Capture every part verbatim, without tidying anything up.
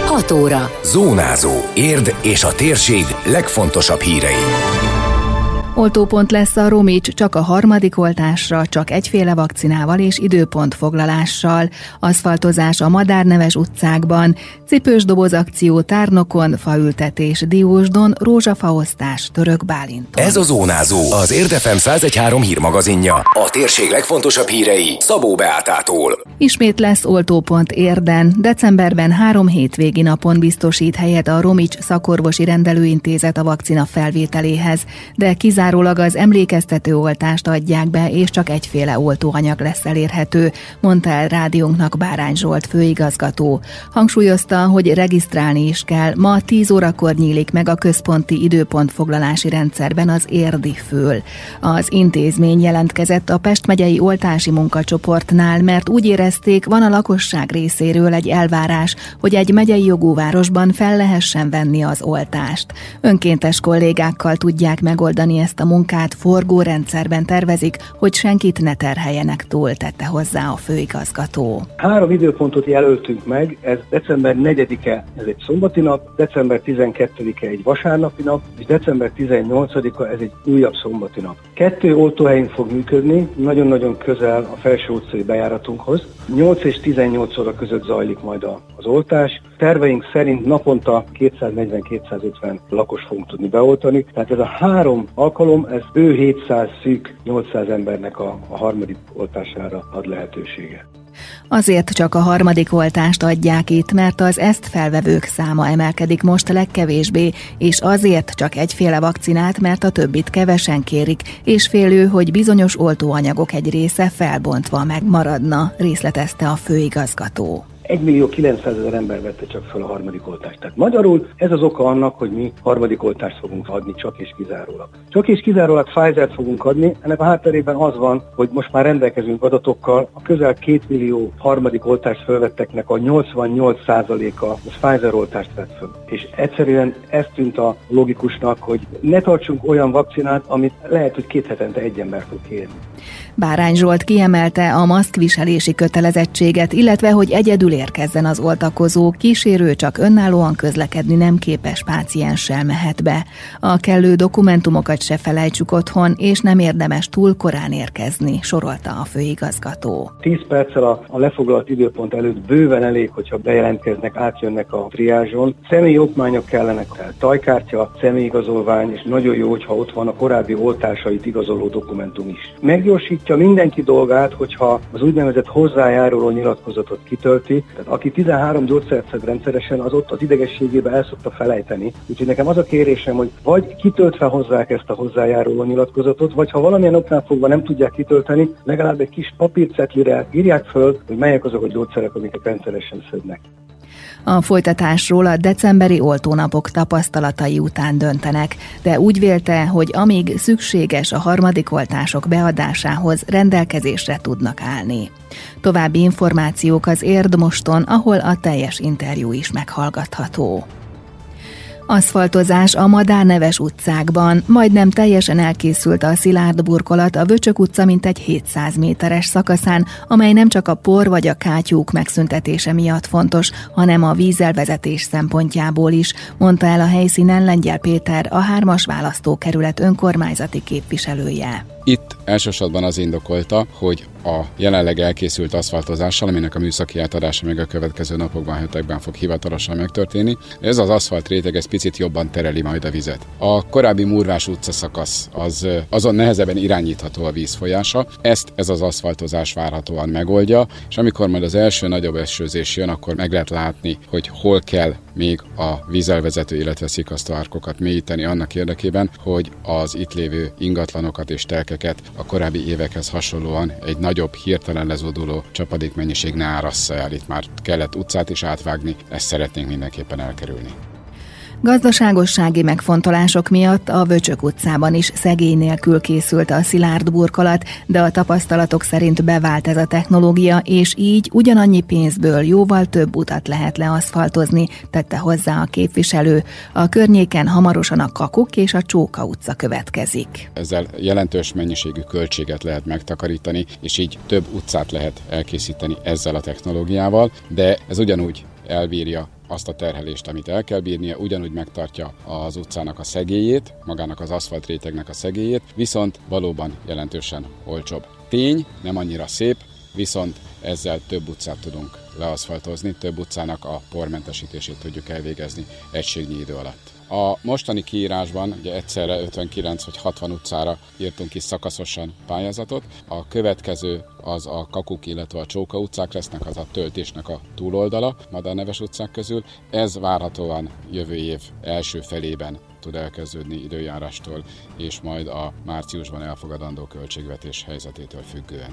hat óra. Zónázó. Érd és a térség legfontosabb hírei. Oltópont lesz a Romics csak a harmadik oltásra, csak egyféle vakcinával és időpontfoglalással. Aszfaltozás a Madárneves utcákban, cipős doboz akció Tárnokon, faültetés Diósdon, rózsafaosztás Török Bálinton. Ez a Zónázó, az Érd ef em száz egy három hírmagazinja. A térség legfontosabb hírei Szabó Beátától. Ismét lesz oltópont Érden. Decemberben három hétvégi napon biztosít helyet a Romics szakorvosi rendelőintézet a vakcina felvételéhez, de kizárólag az emlékeztető oltást adják be, és csak egyféle oltóanyag lesz elérhető, mondta el rádiónknak Bárány Zsolt főigazgató. Hangsúlyozta, hogy regisztrálni is kell. Ma tíz órakor nyílik meg a központi időpontfoglalási rendszerben az érdi fül. Az intézmény jelentkezett a Pest megyei oltási munkacsoportnál, mert úgy érezték, van a lakosság részéről egy elvárás, hogy egy megyei jogú városban fel lehessen venni az oltást. Önkéntes kollégákkal tudják megoldani ezt a munkát, forgó rendszerben tervezik, hogy senkit ne terheljenek túl, tette hozzá a főigazgató. Három időpontot jelöltünk meg, ez december negyedike, ez egy szombati nap, december tizenkettedike egy vasárnapi nap, és december tizennyolcadika ez egy újabb szombati nap. Kettő oltóhelyünk fog működni, nagyon-nagyon közel a Felső utcai bejáratunkhoz. nyolc és tizennyolc óra között zajlik majd az oltás. Terveink szerint naponta kétszáznegyven-kétszázötven lakos fogunk tudni beoltani, tehát ez a három alkalom, ez bő hétszáz, szűk nyolcszáz embernek a, a harmadik oltására ad lehetőséget. Azért csak a harmadik oltást adják itt, mert az ezt felvevők száma emelkedik most legkevésbé, és azért csak egyféle vakcinát, mert a többit kevesen kérik, és félő, hogy bizonyos oltóanyagok egy része felbontva megmaradna, részletezte a főigazgató. egy millió kilencszázezer ember vette csak fel a harmadik oltást. Tehát magyarul ez az oka annak, hogy mi harmadik oltást fogunk adni csak és kizárólag. Csak és kizárólag Pfizer-t fogunk adni, ennek a hátterében az van, hogy most már rendelkezünk adatokkal, a közel két millió harmadik oltást felvetteknek a nyolcvannyolc százaléka az Pfizer oltást vett föl. És egyszerűen ez tűnt a logikusnak, hogy ne tartsunk olyan vakcinát, amit lehet, hogy két hetente egy ember fog kérni. Bárány Zsolt kiemelte a maszkviselési kötelezettséget, illetve hogy egyedül érkezzen az oltakozó, kísérő csak önállóan közlekedni nem képes pácienssel mehet be. A kellő dokumentumokat se felejtsük otthon, és nem érdemes túl korán érkezni, sorolta a főigazgató. tíz perccel a, a lefoglalt időpont előtt bőven elég, hogyha bejelentkeznek, átjönnek a triázson. Személyi okmányok kellenek, tajkártya, személyigazolvány, és nagyon jó, hogyha ott van a korábbi oltásait igazoló dokumentum is. Meggyorsítja mindenki dolgát, hogyha az úgynevezett hozzájáruló nyilatkozatot kitölti. Tehát aki tizenhárom gyógyszert szed rendszeresen, az ott az idegességébe el szokta felejteni. Úgyhogy nekem az a kérésem, hogy vagy kitöltve hozzák ezt a hozzájáruló nyilatkozatot, vagy ha valamilyen oknál fogva nem tudják kitölteni, legalább egy kis papírcetlire írják föl, hogy melyek azok a gyógyszerek, amiket rendszeresen szednek. A folytatásról a decemberi oltónapok tapasztalatai után döntenek, de úgy vélte, hogy amíg szükséges a harmadik oltások beadásához, rendelkezésre tudnak állni. További információk az Érd Moston, ahol a teljes interjú is meghallgatható. Aszfaltozás a Madárneves utcákban. Majdnem teljesen elkészült a szilárd burkolat a Vöcsök utca mintegy hétszáz méteres szakaszán, amely nem csak a por vagy a kátyúk megszüntetése miatt fontos, hanem a vízelvezetés szempontjából is, mondta el a helyszínen Lengyel Péter, a hármas választókerület önkormányzati képviselője. Itt elsősorban az indokolta, hogy a jelenleg elkészült aszfaltozással, aminek a műszaki átadása még a következő napokban, hetekben fog hivatalosan megtörténni, ez az aszfalt réteg ez picit jobban tereli majd a vizet. A korábbi Murvás utca szakasz az azon nehezebben irányítható a vízfolyása, ezt ez az aszfaltozás várhatóan megoldja, és amikor majd az első nagyobb esőzés jön, akkor meg lehet látni, hogy hol kell még a vízelvezető, illetve szikasztó árkokat mélyíteni annak érdekében, hogy az itt lévő ingatlanokat és telkeket a korábbi évekhez hasonlóan egy nagyobb, hirtelen lezóduló csapadékmennyiség ne árassza el. Itt már kellett utcát is átvágni, ezt szeretnénk mindenképpen elkerülni. Gazdaságossági megfontolások miatt a Vöcsök utcában is szegély nélkül készült a szilárd burkolat, de a tapasztalatok szerint bevált ez a technológia, és így ugyanannyi pénzből jóval több utat lehet leaszfaltozni, tette hozzá a képviselő. A környéken hamarosan a Kakuk és a Csóka utca következik. Ezzel jelentős mennyiségű költséget lehet megtakarítani, és így több utcát lehet elkészíteni ezzel a technológiával, de ez ugyanúgy elbírja azt a terhelést, amit el kell bírnia, ugyanúgy megtartja az utcának a szegélyét, magának az aszfaltrétegnek a szegélyét, viszont valóban jelentősen olcsóbb. Tény, nem annyira szép, viszont ezzel több utcát tudunk leaszfaltozni, több utcának a pormentesítését tudjuk elvégezni egységnyi idő alatt. A mostani kiírásban ugye egyszerre ötvenkilenc vagy hatvan utcára írtunk ki szakaszosan pályázatot. A következő az a Kakuk, illetve a Csóka utcák lesznek, az a töltésnek a túloldala madárneves utcák közül. Ez várhatóan jövő év első felében tud elkezdődni időjárástól, és majd a márciusban elfogadandó költségvetés helyzetétől függően.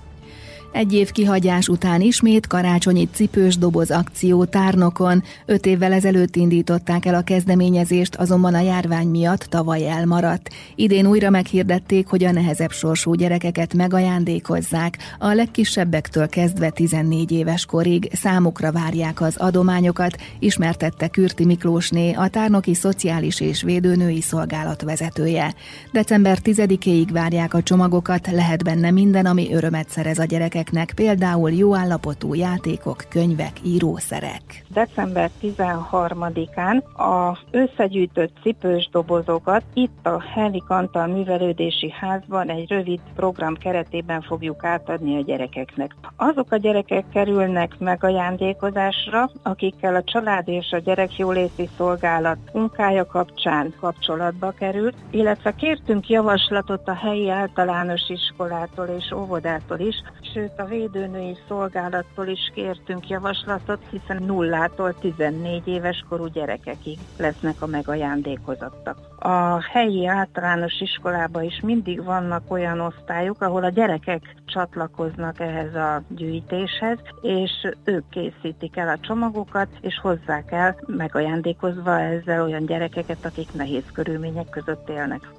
Egy év kihagyás után ismét karácsonyi cipős doboz akció Tárnokon. Öt évvel ezelőtt indították el a kezdeményezést, azonban a járvány miatt tavaly elmaradt. Idén újra meghirdették, hogy a nehezebb sorsú gyerekeket megajándékozzák. A legkisebbektől kezdve tizennégy éves korig számukra várják az adományokat, ismertette Kürti Miklósné, a Tárnoki Szociális és Védőnői Szolgálat vezetője. december tizedikéig várják a csomagokat, lehet benne minden, ami örömet szerez a gyerekek. Például jó állapotú játékok, könyvek, írószerek. december tizenharmadikán az összegyűjtött cipős dobozokat itt a Henrik Antal Művelődési Házban egy rövid program keretében fogjuk átadni a gyerekeknek. Azok a gyerekek kerülnek megajándékozásra, akikkel a Család és a Gyerekjóléti Szolgálat munkája kapcsán kapcsolatba került, illetve kértünk javaslatot a helyi általános iskolától és óvodától is, sőt a Védőnői Szolgálattól is kértünk javaslatot, hiszen nullától tizennégy éves korú gyerekekig lesznek a megajándékozottak. A helyi általános iskolában is mindig vannak olyan osztályok, ahol a gyerekek csatlakoznak ehhez a gyűjtéshez, és ők készítik el a csomagokat, és hozzák el megajándékozva ezzel olyan gyerekeket, akik nehéz körülmények között élnek.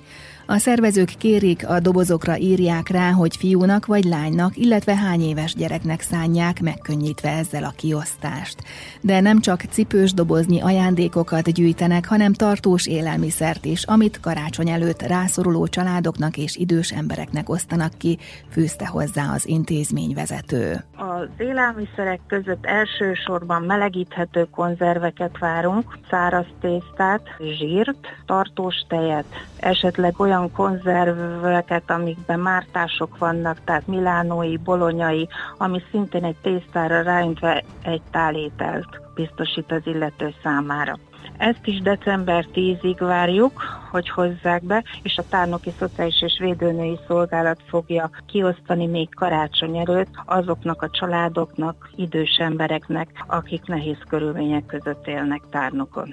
A szervezők kérik, a dobozokra írják rá, hogy fiúnak vagy lánynak, illetve hány éves gyereknek szánják, megkönnyítve ezzel a kiosztást. De nem csak cipős doboznyi ajándékokat gyűjtenek, hanem tartós élelmiszert is, amit karácsony előtt rászoruló családoknak és idős embereknek osztanak ki, fűzte hozzá az intézményvezető. Az élelmiszerek között elsősorban melegíthető konzerveket várunk, száraz tésztát, zsírt, tartós tejet, esetleg olyan konzerveket, amikben mártások vannak, tehát milánói, bolonyai, ami szintén egy tésztára ráöntve egy tálételt biztosít az illető számára. Ezt is december tizedikéig várjuk, hogy hozzák be, és a Tárnoki Szociális és Védőnői Szolgálat fogja kiosztani még karácsony előtt azoknak a családoknak, idős embereknek, akik nehéz körülmények között élnek Tárnokon.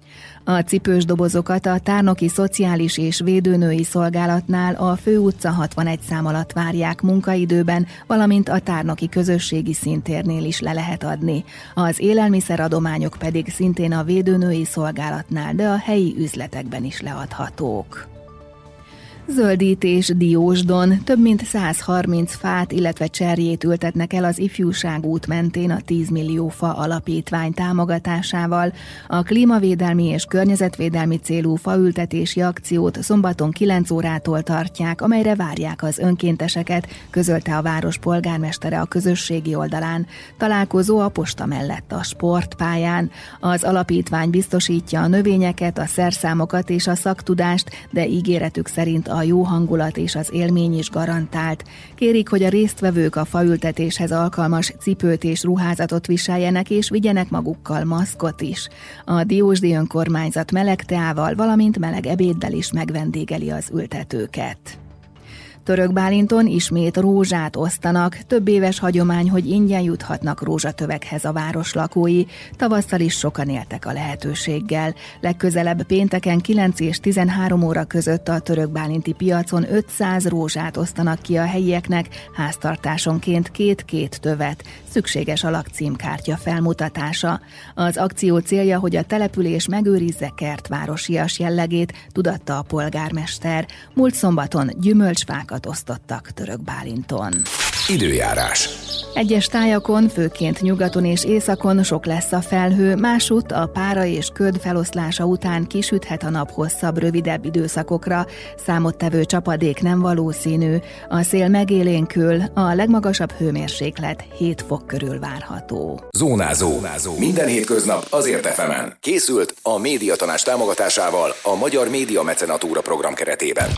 A cipős dobozokat a Tárnoki Szociális és Védőnői Szolgálatnál a Főutca hatvanegy szám alatt várják munkaidőben, valamint a Tárnoki Közösségi Színtérnél is le lehet adni. Az élelmiszeradományok pedig szintén a Védőnői Szolgálatnál, de a helyi üzletekben is leadhatók. Zöldítés Diósdon. Több mint száz harminc fát, illetve cserjét ültetnek el az Ifjúság út mentén a tíz millió fa alapítvány támogatásával. A klímavédelmi és környezetvédelmi célú faültetési akciót szombaton kilenc órától tartják, amelyre várják az önkénteseket, közölte a város polgármestere a közösségi oldalán. Találkozó a posta mellett a sportpályán. Az alapítvány biztosítja a növényeket, a szerszámokat és a szaktudást, de ígéretük szerint a jó hangulat és az élmény is garantált. Kérik, hogy a résztvevők a faültetéshez alkalmas cipőt és ruházatot viseljenek, és vigyenek magukkal maszkot is. A diósdi önkormányzat meleg teával, valamint meleg ebéddel is megvendégeli az ültetőket. Török Bálinton ismét rózsát osztanak, több éves hagyomány, hogy ingyen juthatnak rózsatövekhez a város lakói. Tavasszal is sokan éltek a lehetőséggel. Legközelebb pénteken kilenc és tizenhárom óra között a török bálinti piacon ötszáz rózsát osztanak ki a helyieknek, háztartásonként két-két tövet. Szükséges a lakcímkártya felmutatása. Az akció célja, hogy a település megőrizze kertvárosias jellegét, tudatta a polgármester. Múlt szombaton gyümölcsfákat fokokat osztottak Török Bálinton. Időjárás. Egyes tájakon, főként nyugaton és északon sok lesz a felhő, másút a pára és köd feloszlása után kisüthet a nap hosszabb, rövidebb időszakokra, számottevő csapadék nem valószínű, a szél megélénkül, a legmagasabb hőmérséklet hét fok körül várható. Zónázó. Zónázó. Minden hétköznap azért ef emen. Készült a Médiatanács támogatásával a Magyar Média Mecenatúra program keretében.